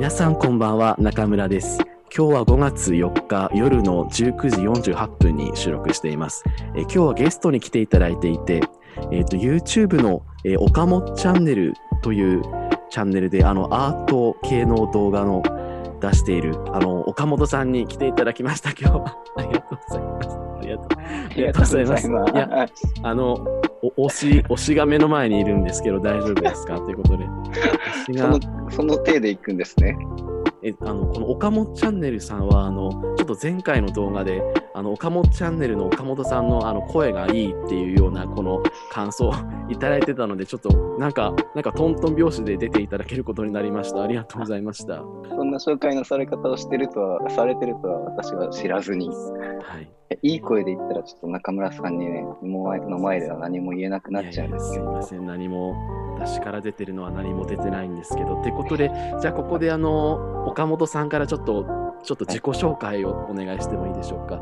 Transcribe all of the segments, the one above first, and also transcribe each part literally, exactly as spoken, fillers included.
皆さんこんばんは、中村です。今日はごがつよっか夜のじゅうくじよんじゅうはっぷんに収録しています。え今日はゲストに来ていただいていて、えー、と YouTube の、えー、おかもチャンネルというチャンネルであのアート系の動画の出しているあの岡本さんに来ていただきました。今日はありがとうございます。ありがとうありがとうございます。いや、あのお推し推しが目の前にいるんですけど大丈夫ですかということで、推しがそのその手で行くんですね。 えあのこの岡本チャンネルさんはあのちょっと前回の動画であの岡本チャンネルの岡本さんのあの声がいいっていうようなこの感想をいただいてたので、ちょっとなんかなんかトントン拍子で出ていただけることになりました。ありがとうございました。 そんな紹介のされ方をしてるとはされてるとは私は知らずに、はい、いい声で言ったらちょっと中村さんにねもうの前では何も言えなくなっちゃうんですけど。 いやいやすいません、何も私から出てるのは何も出てないんですけど。ってことで、じゃあここであの岡本さんからちょっとちょっと自己紹介をお願いしてもいいでしょうか。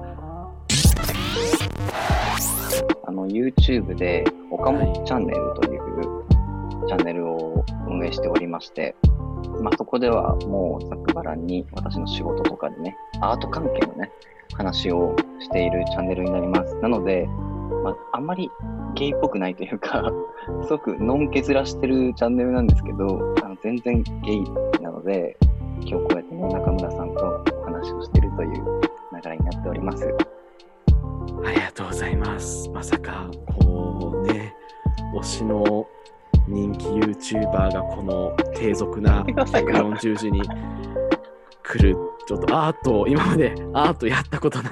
あの YouTube で岡本チャンネルというチャンネルを運営しておりまして、まあ、そこではもうざっくばらんに私の仕事とかでね、アート関係のね話をしているチャンネルになります。なので、まあ、あんまりゲイっぽくないというかすごくのんけずらしてるチャンネルなんですけど、あの全然ゲイなので、今日こうやって、ね、中村さんとお話をしているという流れになっております。 ありがとうございます。まさかこうね、推しの人気 YouTuber がこの低俗なひゃくよんじゅうじに来る。ちょっとアート、今までアートやったことない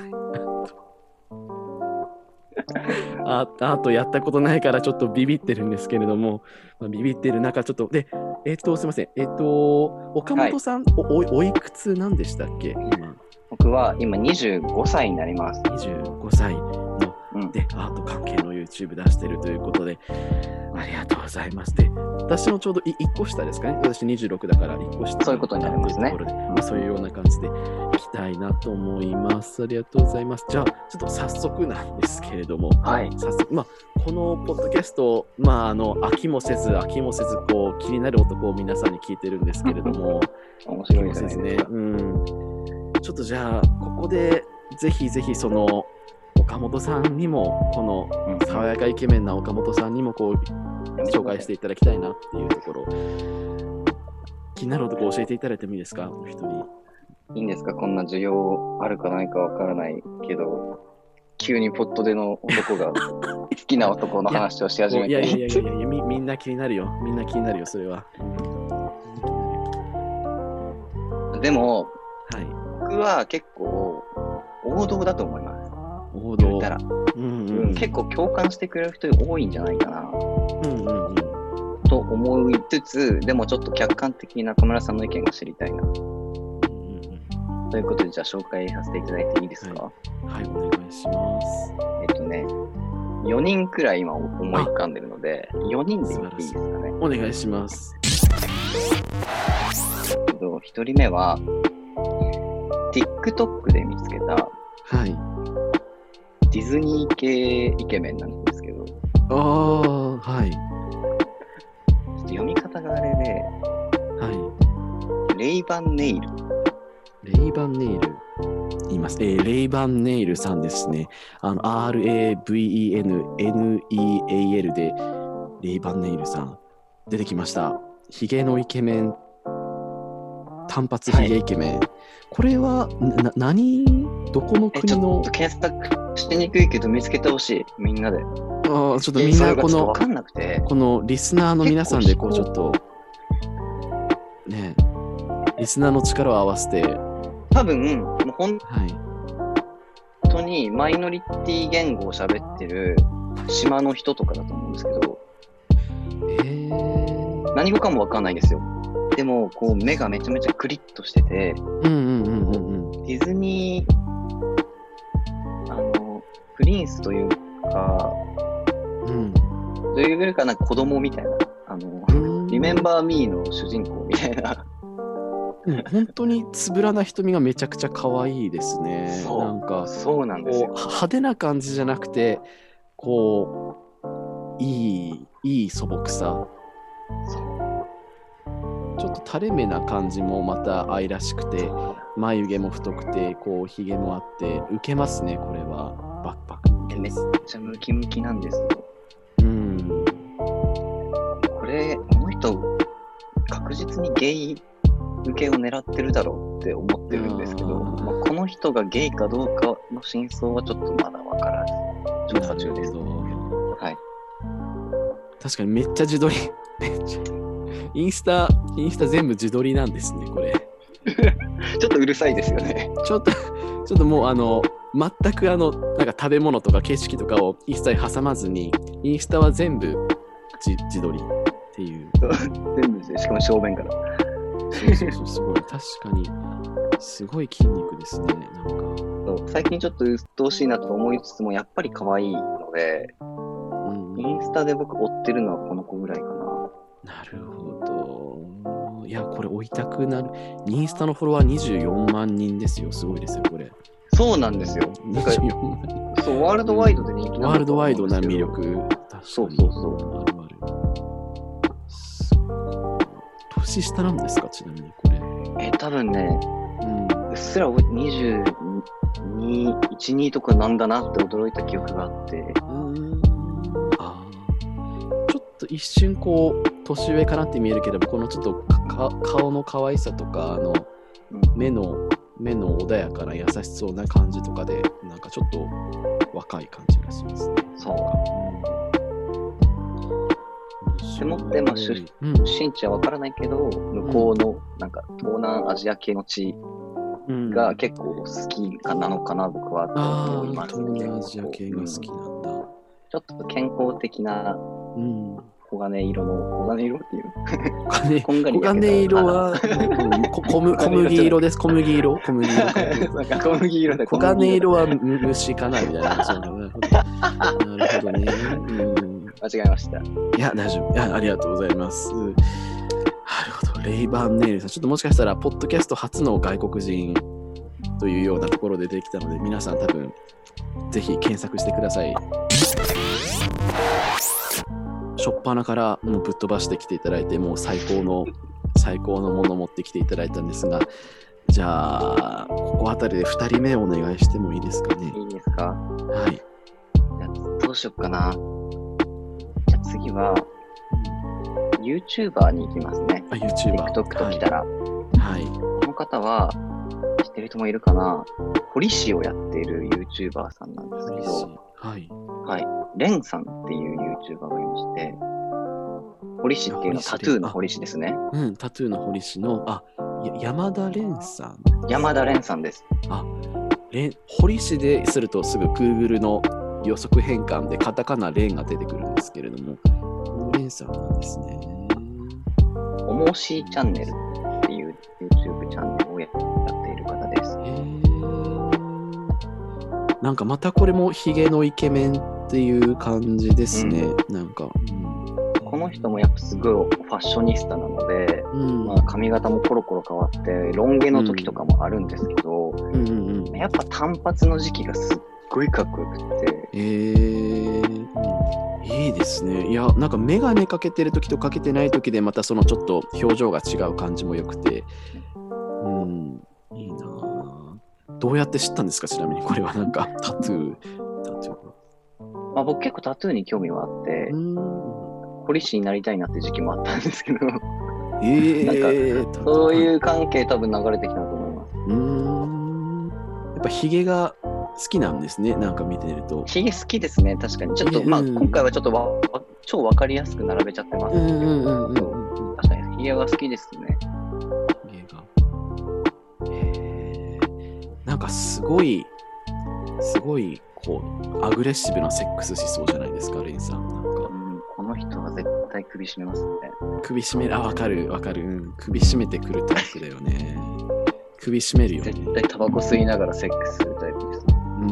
アートやったことないからちょっとビビってるんですけれども、まあ、ビビってる中ちょっとで、えっ、ー、とすいません、えっ、ー、と岡本さん、はい、お, お, おいくつなんでしたっけ今。 僕は今にじゅうごさいになります。 にじゅうごさいの、うん、でアート関係の YouTube 出してるということでありがとうございます。で、私のちょうどいっこ下ですかね。私にじゅうろくだからいっこ下。 そういうことになりますね。 というところで、まあ、そういうような感じでいきたいなと思います。ありがとうございます。じゃあ、ちょっと早速なんですけれども、 はい、 早速、まあ、このポッドキャスト、まあ、あの、飽きもせず、飽きもせず、こう、気になる男を皆さんに聞いてるんですけれども、 面白いですね。 うん。ちょっとじゃあ、ここで、ぜひぜひ、その、岡本さんにもこの爽やかイケメンな岡本さんにもこう紹介していただきたいなっていうところ、気になる男を教えていただいてもいいですか。お一人いいんですか。こんな需要あるかないかわからないけど急にポットでの男が好きな男の話をし始めていやいやいやいやいやみ、みんな気になるよ。みんな気になるよそれは。 でも、 はい、 僕は結構王道だと思います。 王道たら、うんうんうん、結構共感してくれる人多いんじゃないかな、うんうんうん、と思いつつ、でもちょっと客観的に中村さんの意見が知りたいな、うんうんうん、ということで、じゃあ紹介させていただいていいですか。 はい、はい、お願いします。 えっとねよにんくらい今思い浮かんでるので、よにんで言っていいですかね。 お願いします。 ひとりめは TikTok で見つけた、 はい、 ディズニー系イケメンなんですけど、 ああ、はい。ちょっと読み方があれで、はい。レイバンネイル。 レイバンネイル。言います。えー、レイバンネイルさんですね。あの、アールエーブイイーエヌエヌイーエーエル で、レイバンネイルさん。出てきました。ヒゲのイケメン。単発ヒゲイケメン。はい、これは、な、何どこの国の。 ちょっと検索しにくいけど見つけてほしい、みんなで。 ああ、ちょっとみんなこの、 かんなくてこのリスナーの皆さんでこうちょっと、ね、リスナーの力を合わせて。 多分、もう本当にマイノリティ言語を喋ってる島の人とかだと思うんですけど、 えー、 何語かもわかんないんですよ。でも、こう目がめちゃめちゃクリッとしてて、 うんうんうんうんうん、 ディズニー、あの、プリンスというか、うん、どういうかな、子供みたいな、あの、リメンバーミーの主人公みたいな。 うん、本当につぶらな瞳がめちゃくちゃ可愛いですね。 そうなんか、 そうなんですよ。 派手な感じじゃなくて、こう、いい、いい素朴さ。 そうちょっと垂れ目な感じもまた愛らしくて、眉毛も太くて、こう、ひげもあって、受けますね、これは。バックパック。 めっちゃムキムキなんですよ。 うん。 これ、この人、確実にゲイ受けを狙ってるだろうって思ってるんですけど、まあ、この人がゲイかどうかの真相はちょっとまだわからず、調査中です。はい。 確かにめっちゃ自撮り。めっちゃ。インスタ、インスタ全部自撮りなんですね、これ。 ちょっとうるさいですよね。 ちょっと、ちょっともうあの、全くあの、なんか食べ物とか景色とかを一切挟まずに、インスタは全部自自撮りっていう。 全部で、しかも正面から。 そうそうそう、すごい。確かに、すごい筋肉ですね、なんか。 そう最近ちょっと鬱陶しいなと思いつつも、やっぱり可愛いので、うん、インスタで僕追ってるのはこの子ぐらいかな。 なるほど。いや、これ追いたくなる。インスタのフォロワーにじゅうよんまんにんですよ。すごいですよ、これ。 そうなんですよ。 にじゅうよんまんにん。 そう、ワールドワイドで人気なんだワールドワイドな魅力。確かに。 そうそうそう。 あるある。年下なんですか、ちなみにこれ。 え、多分ね、うん、うっすらにじゅうに、いち、にとかなんだなって驚いた記憶があって。うーん。 ああ。ちょっと一瞬こう、年上かなって見えるけど、このちょっとか顔の可愛さとか、あの、目の、目の穏やかな優しそうな感じとかで、なんかちょっと若い感じがしますね。 そうか。でもって、まあ、出身地はわからないけど、向こうのなんか東南アジア系の地が結構好きかなのかな、僕はと思いますね。 東南アジア系が好きなんだ。 ちょっと健康的な黄金色の、黄金色っていう黄金黄金色は小麦色です。小麦色小麦色。 小麦色で黄金色は虫かなみたいな。なるほどね。 間違えました。 いや、大丈夫。いや、ありがとうございます。なるほど。レイバンネイルさん。ちょっともしかしたら、ポッドキャスト初の外国人というようなところでできたので、皆さん多分、ぜひ検索してください。しょっぱなからもうぶっ飛ばしてきていただいて、もう最高の、最高のものを持ってきていただいたんですが、じゃあ、ここあたりでふたりめお願いしてもいいですかね。 いいですか？ はい。じゃあどうしよっかな。じゃあ次は、うん、YouTuber に行きますね。 あ、YouTuber。 TikTok と来たら。 はい。 この方は、知ってる人もいるかな？堀市をやっている YouTuber さんなんですけど、 はい。 はい。レンさんっていう YouTuber がいまして、堀市っていうのはタトゥーの堀市ですね。 うん、タトゥーの堀市の、あ、山田レンさん。 山田レンさんです。 あ、レン、堀市でするとすぐ Google の予測変換でカタカナレンが出てくるんですけれども、このレンさんなんですね。 おもしチャンネルっていう YouTube チャンネルをやっている方です。へなんかまたこれもヒゲのイケメンっていう感じですね。うん、なんか、うん、 この人もやっぱすごいファッショニスタなので、うんまあ、髪型もコロコロ変わってロン毛の時とかもあるんですけど、うんうんうん、やっぱ単発の時期がすっごいかっこよくて。 えー、いいですね。いや、なんかメガネかけてる時とかけてない時でまたそのちょっと表情が違う感じもよくて、うん、いいなぁ。どうやって知ったんですか？ちなみにこれはなんかタトゥー、タトゥー。 まあ、僕結構タトゥーに興味はあって、堀市になりたいなって時期もあったんですけど、えー、なんかそういう関係多分流れてきたと思います。うーん。やっぱヒゲが好きなんですね。なんか見てると。 ヒゲ好きですね。確かにちょっと、まあ今回はちょっとわ超わかりやすく並べちゃってますけど、うんうんうんうん、確かにヒゲが好きですね。 ヒゲが。なんかすごい、すごい、こう、アグレッシブなセックスしそうじゃないですか、レンさん。なんか、うん、 この人は絶対首絞めますね。 首絞める、あ、わかる、わかる、うん。首絞めてくるタイプだよね。首絞めるよね。 絶対タバコ吸いながらセックスするタイプです。うん。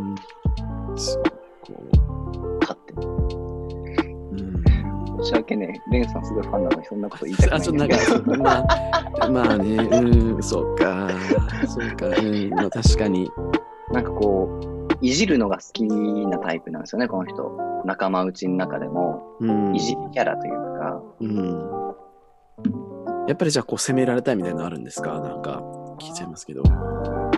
すごい、こう、勝手に。うん。申し訳ねえ。レンさんすごいファンなのにそんなこと言いたくないんですけど。あ、ちょっとなんか、 まあ、まあね、うん、そうか。そうか、うん、まあ確かに。 なんかこう、いじるのが好きなタイプなんですよね、この人。仲間内の中でも、うん、いじりキャラというか、うん、 やっぱりじゃあこう攻められたいみたいなのあるんですか？なんか聞いちゃいますけど。はい。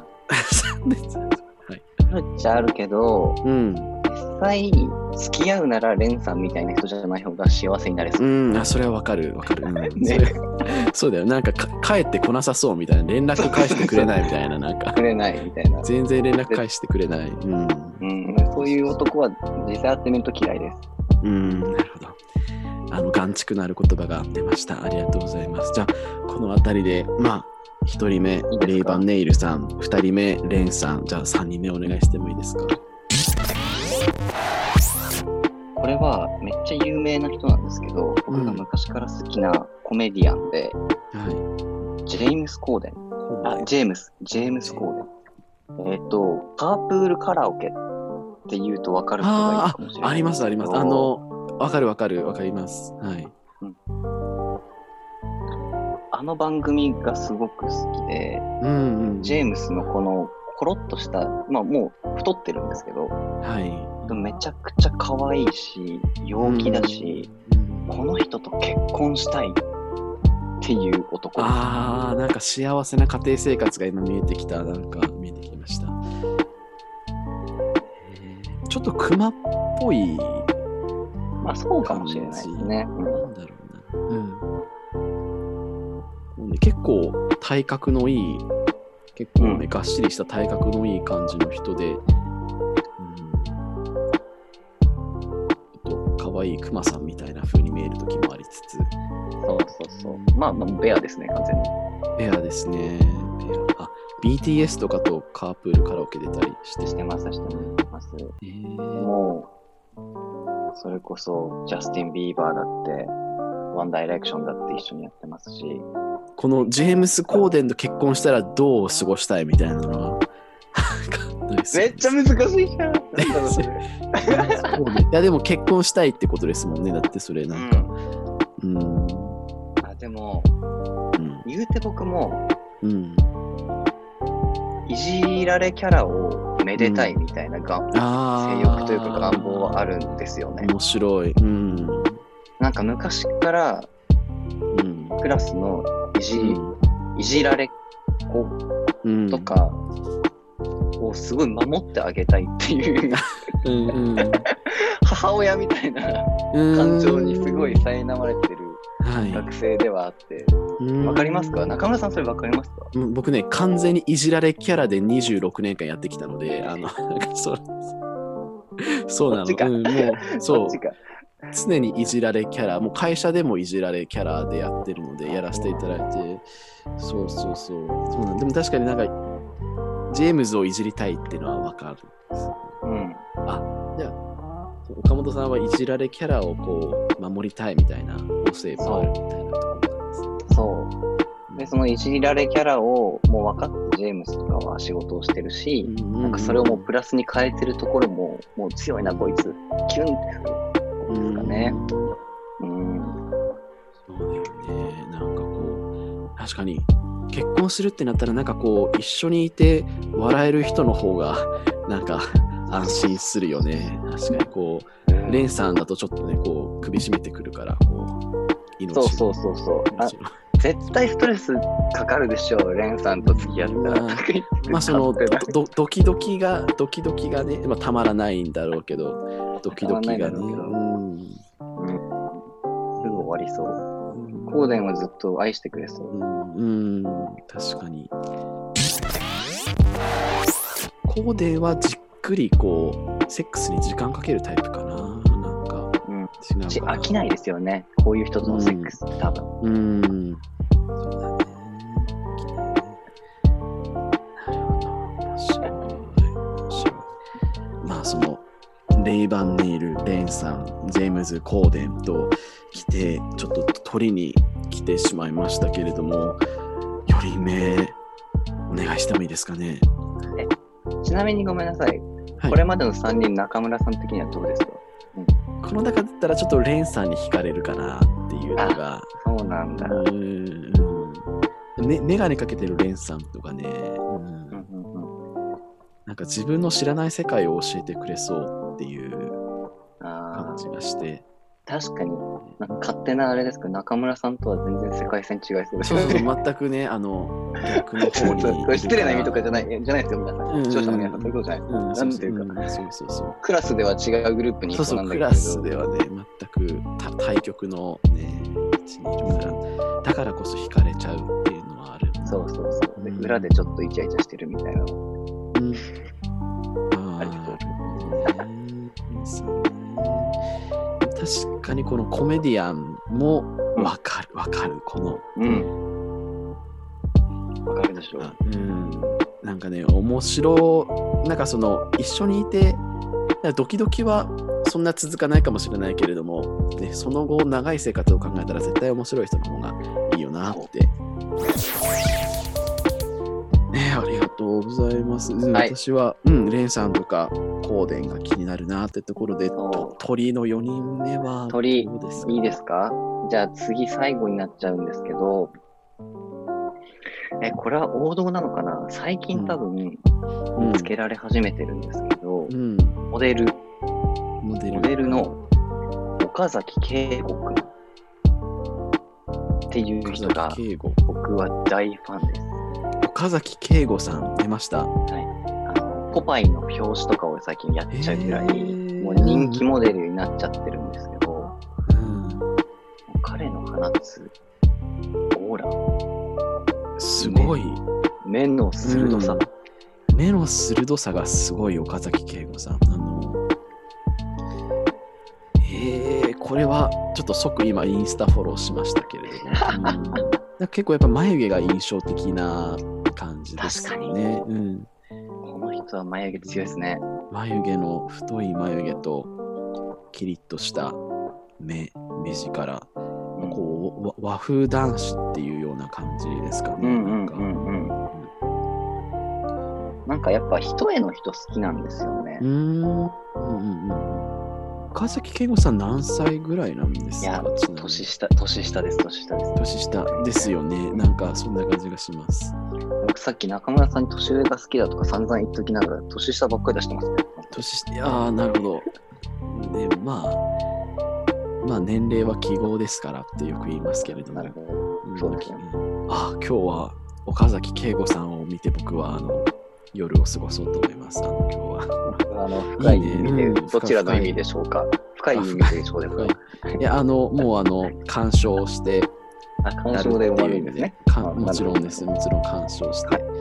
あるっちゃあるけど、 うん。 実際、付き合うならレンさんみたいな人じゃない方が幸せになれそう。 うん、あ、それはわかる、わかる。うん、 ねそれそうだよ。なんかか帰ってこなさそうみたいな。連絡返してくれないみたいな。なんか、 くれないみたいな。 全然連絡返してくれない。うん。 うん、そういう男は実際会ってみると嫌いです。 うん、なるほど。あの、眼蓄のある言葉が出ました。ありがとうございます。じゃあ、このあたりで、まあ、ひとりめ、 いいですかレイバンネイルさん、ふたりめ、レンさん、じゃあさんにんめお願いしてもいいですか？ これはめっちゃ有名な人なんですけど、僕が昔から好きなコメディアンで、 はジェームス・コーデン。 い。 あ、ジェームス、ジェームス・コーデン。えっ、と、カープールカラオケって言うと分かる人がいるあかもしれない。 あ、あります、あります。あ、の、わかるわかる、わかります。はい。 あの番組がすごく好きで、 うんうん。 ジェームスのこのコロッとした、まあもう太ってるんですけど、 はい。 でもめちゃくちゃ可愛いし、陽気だし、 うんこの人と結婚したいっていう男です。 ああ、なんか幸せな家庭生活が今見えてきた。なんか見えてきました。へーちょっとクマっぽい。 まあそうかもしれないですね。うんなんだろうな。うん。結構体格のいい、結構ね、 うんがっしりした体格のいい感じの人で、うん。えっと、可愛いクマさんみたいな風に見える時もありつつ、 そうそうそう。まあまあベアですね、完全に。 ペアですね。ペア。あ、ビーティーエス とかとカープールカラオケ出たりして。 してます、してます。 えー、 もう、それこそ、ジャスティン・ビーバーだって、ワンダイレクションだって一緒にやってますし、 このジェームス・コーデンと結婚したらどう過ごしたいみたいなのはないですよねめっちゃ難しいじゃん。なんだろうそれそうねいやでも結婚したいってことですもんね。だってそれなんか。うん。うん。 あでも、 うん。 言うて僕も、 うん、 いじられキャラをめでたいみたいなが、 あ性欲というか願望はあるんですよね。 面白い。うん。 なんか昔からうん。 クラスのいじ,、 うんいじられ子うん、 とかをすごい守ってあげたいっていううんうん母親みたいな感情にすごい苛まれてる学生ではあって、わ、はい、かりますか？中村さんそれわかりますか？ 僕ね、完全にいじられキャラでにじゅうろくねんかんやってきたので、あの、なんかそう、そうなの。うん、もう、そう。常にいじられキャラ、もう会社でもいじられキャラでやってるので、やらせていただいて、そうそうそう。そうなんでも確かになんか、ジェームズをいじりたいっていうのはわかるんです。うん。あ、じゃあ、岡本さんはいじられキャラをこう、守りたいみたいな個性もあるみたいなところなんですね。 そう。で、そのいじられキャラをもう分かってジェームスとかは仕事をしてるし、うんうんうん、なんかそれをもうプラスに変えてるところも、もう強いな、こいつ。キュンってする。ですかね。うん。 そうだよね。なんかこう、確かに結婚するってなったらなんかこう一緒にいて笑える人の方がなんか安心するよね。確かにこう、うん、レンさんだとちょっとねこう首絞めてくるからこう命の。 そうそうそうそう。絶対ストレスかかるでしょう、レンさんと付き合ったら。 まあ、まあそのドドキドキがドキドキがね、まあ、たまらないんだろうけど、ドキドキがね。うん。うん、 すぐ終わりそう。うん、コーデンはずっと愛してくれそう。 うん、うん、確かに。コーデンはじっくりこうセックスに時間かけるタイプかな。なんか、 うん、違うかな。飽きないですよね。こういう人とのセックス、うん、多分。 うん。そうだね。なるほど。面白い。面白い。まあそのレイバン・ネイル、レンさん、ジェームズ・コーデンと来てちょっと取りに来てしまいましたけれども、より目お願いしてもいいですかね。 えちなみにごめんなさい。はい、これまでのさんにん、中村さん的にはどうですか？ うん、この中だったらちょっとレンさんに惹かれるかなっていうのが。 そうなんだ。 うん、ね、メガネかけてるレンさんとかね、うんうんうん、なんか自分の知らない世界を教えてくれそうっていう感じがして。 確かに、なんか勝手なあれですけど、中村さんとは全然世界線違いそうですそうそうよね。 そう、全くね、あの、逆のそうそう、 方にいるから。 これ失礼な意味とかじゃない、じゃないですよ、皆さん。視聴者の皆さん、そういうことじゃない。 うん、 なんていうか、 うん、そうそうそう。 クラスでは違うグループにいそうそう、 そうなんだけど。 クラスではね、全くた対極のね、位置にいるから、だからこそ惹かれちゃうっていうのはある。 そうそうそう。で、 うん裏でちょっとイチャイチャしてるみたいな。 うん。あありそうあ、ね。そうね。確かにこのコメディアンもわかる、わかる、この。 うん。わかるでしょう。 うん。なんかね、面白、なんかその、一緒にいて、ドキドキはそんな続かないかもしれないけれども、ね、その後長い生活を考えたら絶対面白い人の方がいいよなって。ね、ありがとうございます。うん、 はい、 私は、うん、レンさんとかコーデンが気になるなってところで、と鳥のよにんめは鳥、 どうですか？ いいですか？じゃあ次最後になっちゃうんですけど、え、これは王道なのかな？最近多分、見つけられ始めてるんですけど、 うん、 モデル、 モデル、 モデルの岡崎圭吾くんっていう人が僕は大ファンです。 岡崎圭吾さん出ました。 はい。あのポパイの表紙とかを最近やっちゃうぐらい、もう人気モデルになっちゃってるんですけど、うん、彼の放つオーラ、 すごい目の鋭さ、 うん、目の鋭さがすごい岡崎圭吾さん。あのえー、これはちょっと即今インスタフォローしましたけれども、うん、結構やっぱ眉毛が印象的な感じですね。確かに、うん、 この人は眉毛強いですね。 眉毛の太い眉毛とキリッとした目目力、うん、こう和風男子っていうような感じですかね。なんか、うんうんうん、 なんかやっぱ一重の人好きなんですよね。 うーん、うんうんうん。岡崎圭吾さん何歳ぐらいなんですか？ いや、年下、年下です、年下です。 年下ですよね。なんかそんな感じがします。 僕さっき中村さんに年上が好きだとか散々言っときながら年下ばっかり出してますね。 年下、いやー、なるほど。で、まあ、まあ年齢は記号ですからってよく言いますけれども。 なるほど。そうですね。 ああ、今日は岡崎圭吾さんを見て僕はあの夜を過ごそうと思います。あの今日は。 あの深い意味で、いいね、どちらの意味でしょうか？深い意味でしょうですか？ いや、あの、もうあの、鑑賞して、 あ、鑑賞で終わるんですね。 もちろんです。もちろん鑑賞して。はい、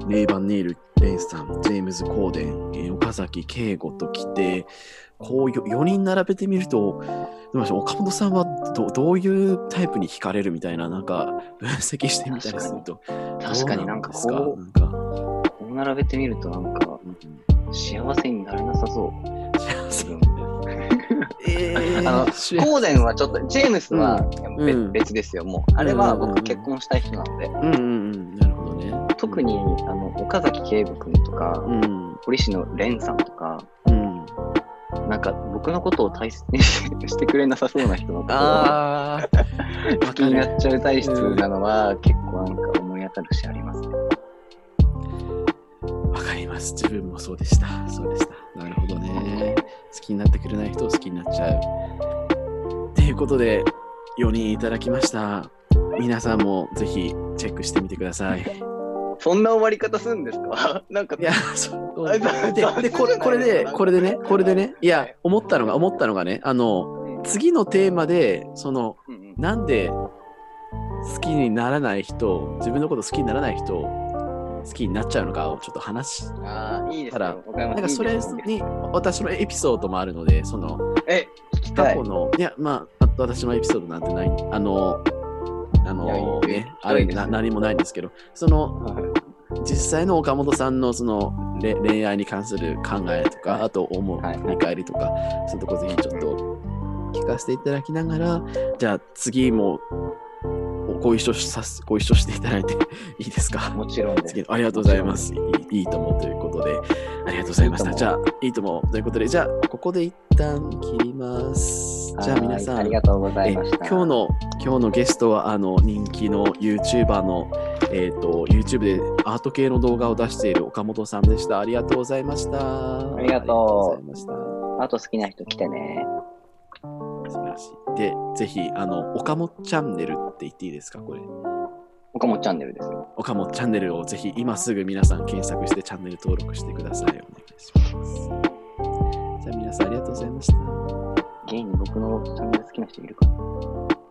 レイバン・ネイル、レンさん、ジェームズ・コーデン、えー、岡崎圭吾ときて、こうよにん並べてみると、岡本さんは ど, どういうタイプに惹かれるみたいな、なんか分析してみたりすると。 確かになんかこう、なんかこう並べてみるとなんか、うん、幸せになれなさそう。幸せえー、あのコーデンはちょっと、ジェームスは別、うん、別ですよ、もう。あれは僕結婚したい人なので。 うんうんうん、なるほどね。 特にあの岡崎圭吾君とか、うん、堀市の蓮さんとか、うん、なんか僕のことを大切にしてくれなさそうな人のことを好きになっちゃう体質なのは、うん、結構なんか思い当たる節ありますね。 わかります。自分もそうでした。そうでした。なるほどね。好きになってくれない人を好きになっちゃう。ということで、よにんいただきました。皆さんもぜひチェックしてみてください。 そんな終わり方するんですか？なんか、 いや、そうで、で、これ、これで、これでね、これでね、いや、思ったのが、思ったのがね、あの、次のテーマで、その、なんで好きにならない人、自分のこと好きにならない人、好きになっちゃうのかをちょっと話したら、なんかそれに私のエピソードもあるので、その、 え、聞きたい。 過去の、いや、まあ、私のエピソードなんてない、あの、あのね、あれな何もないんですけど、その、はい、実際の岡本さんのその恋愛に関する考えとか、はい、あと思う振り返りとか、はい、そういうとこぜひちょっと聞かせていただきながら、じゃあ次もご一緒さご一緒していただいていいですか？ もちろんです。 ありがとうございます。いい、いいと思うということで、ありがとうございました。いいじゃあ、いいと思うということで、じゃあ、ここで一旦切ります。じゃあ皆さん、 ありがとうございました。 今日の、今日のゲストは、あの、人気の YouTuber の、えっと、YouTube でアート系の動画を出している岡本さんでした。ありがとうございました。 ありがとう。ありがとうございました。 アート好きな人来てね。 素晴らしい。で、ぜひ、あの、岡本チャンネルって言っていいですか、これ。 岡本チャンネルですよ。 岡本チャンネルをぜひ今すぐ皆さん検索してチャンネル登録してください。お願いします。じゃあ皆さんありがとうございました。 現に僕のチャンネル好きな人いるかな？